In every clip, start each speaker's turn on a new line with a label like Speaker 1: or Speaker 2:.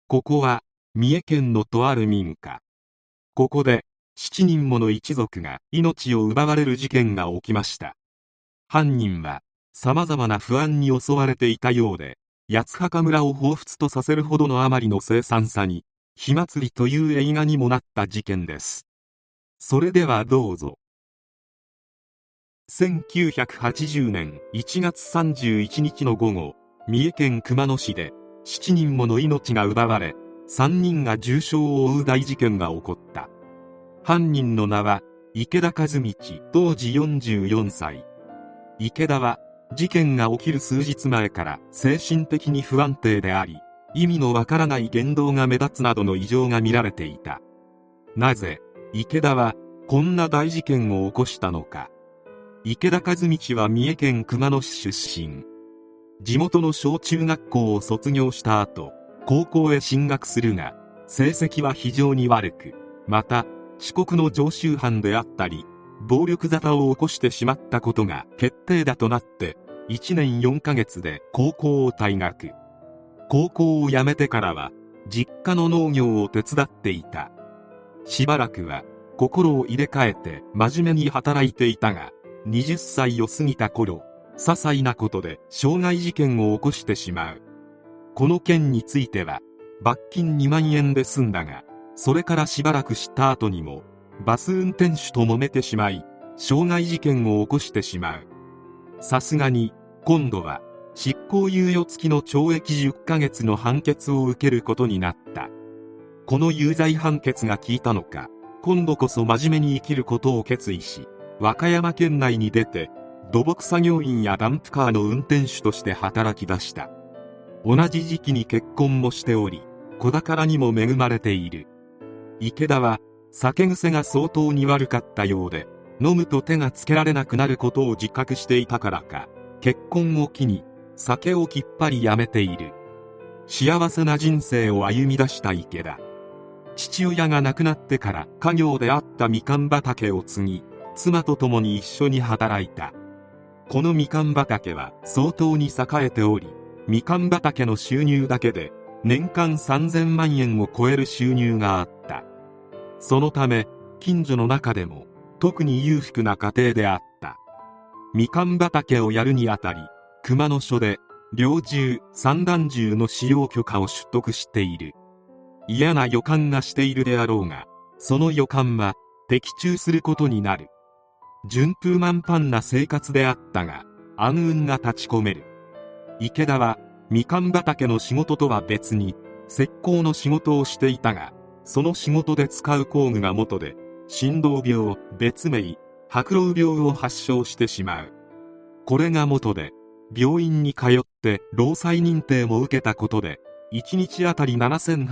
Speaker 1: ここは三重県のとある民家。ここで7人もの一族が命を奪われる事件が起きました。犯人は様々な不安に襲われていたようで、八幡村を彷彿とさせるほどのあまりの凄惨さに、火祭りという映画にもなった事件です。それではどうぞ。1980年1月31日の午後、三重県熊野市で7人もの命が奪われ、3人が重傷を負う大事件が起こった。犯人の名は池田和道、当時44歳。池田は事件が起きる数日前から精神的に不安定であり、意味のわからない言動が目立つなどの異常が見られていた。なぜ池田はこんな大事件を起こしたのか。池田和道は三重県熊野市出身。地元の小中学校を卒業した後、高校へ進学するが、成績は非常に悪く、また遅刻の常習犯であったり、暴力沙汰を起こしてしまったことが決定打となって、1年4ヶ月で高校を退学。高校を辞めてからは、実家の農業を手伝っていた。しばらくは、心を入れ替えて真面目に働いていたが、20歳を過ぎた頃、些細なことで傷害事件を起こしてしまう。この件については、罰金2万円で済んだが、それからしばらくした後にも、バス運転手と揉めてしまい、傷害事件を起こしてしまう。さすがに、今度は、執行猶予付きの懲役10ヶ月の判決を受けることになった。この有罪判決が効いたのか、今度こそ真面目に生きることを決意し、和歌山県内に出て、土木作業員やダンプカーの運転手として働き出した。同じ時期に結婚もしており、子宝にも恵まれている。池田は、酒癖が相当に悪かったようで、飲むと手がつけられなくなることを自覚していたからか、結婚を機に、酒をきっぱりやめている。幸せな人生を歩み出した池田。父親が亡くなってから家業であったみかん畑を継ぎ、妻と共に一緒に働いた。このみかん畑は相当に栄えており、みかん畑の収入だけで年間3000万円を超える収入があった。そのため、近所の中でも特に裕福な家庭であった。みかん畑をやるにあたり、熊野署で猟銃、散弾銃の使用許可を取得している。嫌な予感がしているであろうが、その予感は的中することになる。順風満帆な生活であったが、暗雲が立ち込める。池田はみかん畑の仕事とは別に石膏の仕事をしていたが、その仕事で使う工具が元で心臓病、別名白老病を発症してしまう。これが元で病院に通って労災認定も受けたことで、1日あたり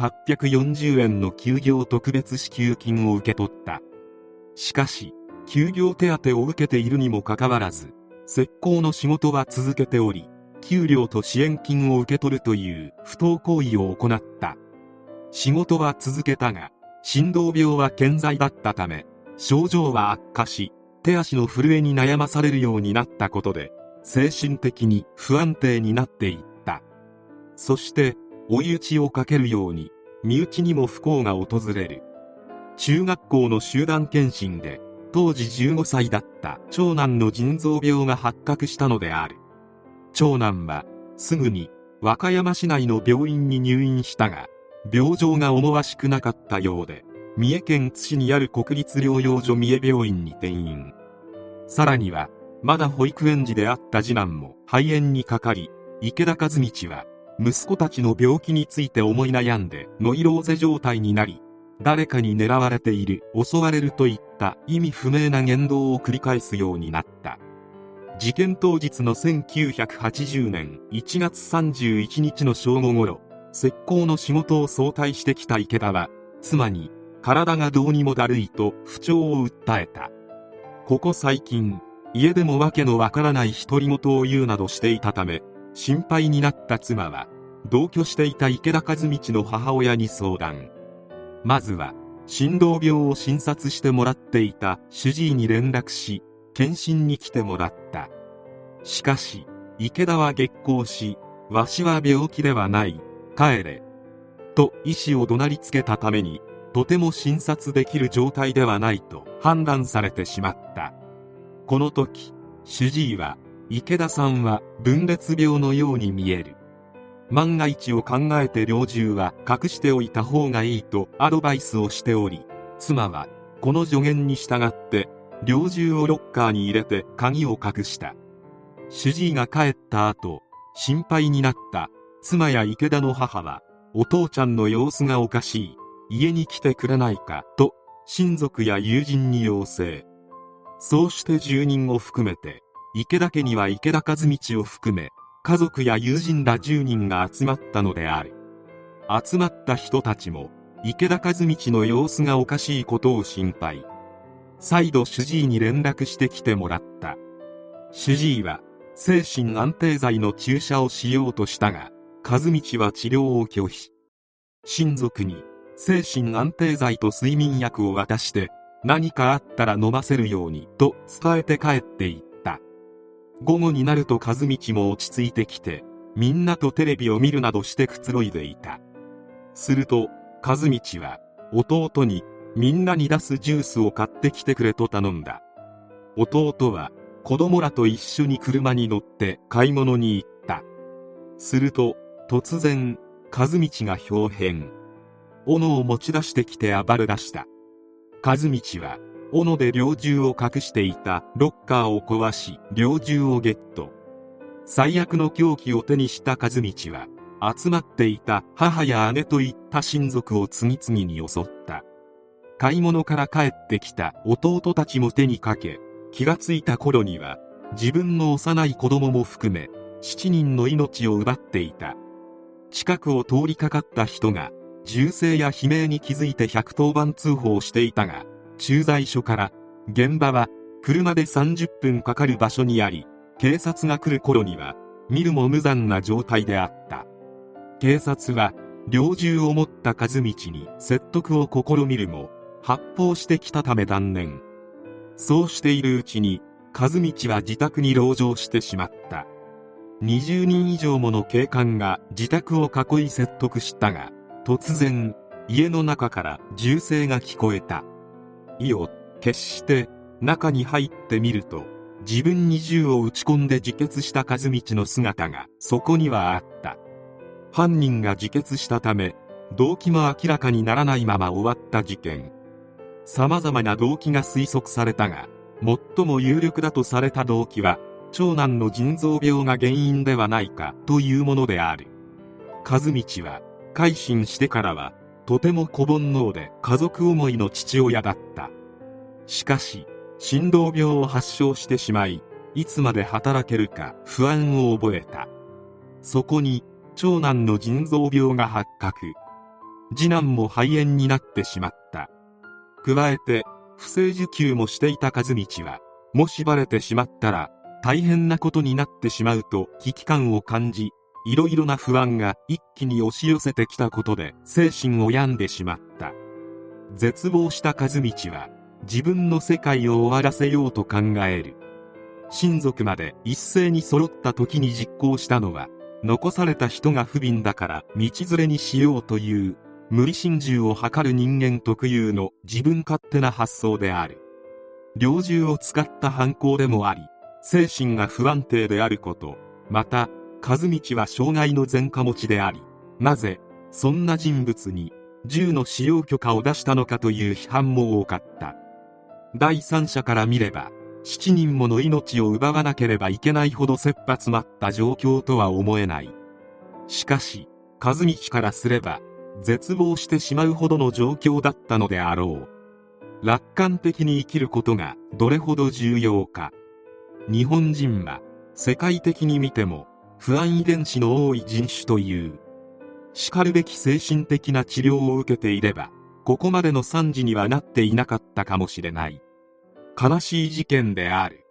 Speaker 1: 7840円の休業特別支給金を受け取った。しかし休業手当を受けているにもかかわらず、石膏の仕事は続けており、給料と支援金を受け取るという不当行為を行った。仕事は続けたが、心臓病は健在だったため、症状は悪化し、手足の震えに悩まされるようになったことで、精神的に不安定になっていった。そして、追い打ちをかけるように、身内にも不幸が訪れる。中学校の集団検診で、当時15歳だった長男の腎臓病が発覚したのである。長男はすぐに和歌山市内の病院に入院したが、病状が思わしくなかったようで、三重県津市にある国立療養所三重病院に転院。さらにはまだ保育園児であった次男も肺炎にかかり、池田和道は息子たちの病気について思い悩んでノイローゼ状態になり、誰かに狙われている、襲われるといった意味不明な言動を繰り返すようになった。事件当日の1980年1月31日の正午ごろ、石膏の仕事を早退してきた池田は、妻に体がどうにもだるいと不調を訴えた。ここ最近、家でもわけのわからない独り言を言うなどしていたため、心配になった妻は、同居していた池田和道の母親に相談。まずは心臓病を診察してもらっていた主治医に連絡し、検診に来てもらった。しかし池田は激高し、わしは病気ではない、帰れと医師を怒鳴りつけたために、とても診察できる状態ではないと判断されてしまった。この時、主治医は、池田さんは分裂病のように見える。万が一を考えて猟銃は隠しておいた方がいいとアドバイスをしており、妻はこの助言に従って猟銃をロッカーに入れて鍵を隠した。主治医が帰った後、心配になった妻や池田の母は、お父ちゃんの様子がおかしい、家に来てくれないかと親族や友人に要請。そうして住人を含めて、池田家には池田和道を含め家族や友人ら10人が集まったのである。集まった人たちも池田和道の様子がおかしいことを心配。再度主治医に連絡してきてもらった。主治医は精神安定剤の注射をしようとしたが、和道は治療を拒否。親族に精神安定剤と睡眠薬を渡して、何かあったら飲ませるようにと伝えて帰っていった。午後になると和道も落ち着いてきて、みんなとテレビを見るなどしてくつろいでいた。すると和道は弟にみんなに出すジュースを買ってきてくれと頼んだ。弟は子供らと一緒に車に乗って買い物に行った。すると突然和道が豹変。斧を持ち出してきて暴れ出した。和道は斧で猟銃を隠していたロッカーを壊し猟銃をゲット。最悪の凶器を手にした和道は集まっていた母や姉といった親族を次々に襲った。買い物から帰ってきた弟たちも手にかけ、気がついた頃には自分の幼い子供も含め7人の命を奪っていた。近くを通りかかった人が銃声や悲鳴に気づいて110番通報していたが、駐在所から現場は車で30分かかる場所にあり、警察が来る頃には見るも無残な状態であった。警察は猟銃を持った和道に説得を試みるも発砲してきたため断念。そうしているうちに和道は自宅に籠城してしまった。20人以上もの警官が自宅を囲い説得したが、突然家の中から銃声が聞こえた。意を決して中に入ってみると、自分に銃を撃ち込んで自決した和道の姿がそこにはあった。犯人が自決したため動機も明らかにならないまま終わった事件。様々な動機が推測されたが、最も有力だとされた動機は長男の腎臓病が原因ではないかというものである。和道は改心してからはとても子煩悩で家族思いの父親だった。しかし心臓病を発症してしまい、いつまで働けるか不安を覚えた。そこに長男の腎臓病が発覚。次男も肺炎になってしまった。加えて不正受給もしていた和道は、もしバレてしまったら大変なことになってしまうと危機感を感じ、いろいろな不安が一気に押し寄せてきたことで精神を病んでしまった。絶望した和道は自分の世界を終わらせようと考える。親族まで一斉に揃った時に実行したのは、残された人が不憫だから道連れにしようという無理心中を図る人間特有の自分勝手な発想である。猟銃を使った犯行でもあり、精神が不安定であること、また和道は障害の前科持ちであり、なぜそんな人物に銃の使用許可を出したのかという批判も多かった。第三者から見れば7人もの命を奪わなければいけないほど切羽詰まった状況とは思えない。しかし和道からすれば絶望してしまうほどの状況だったのであろう。楽観的に生きることがどれほど重要か。日本人は世界的に見ても不安遺伝子の多い人種という。しかるべき精神的な治療を受けていれば、ここまでの惨事にはなっていなかったかもしれない。悲しい事件である。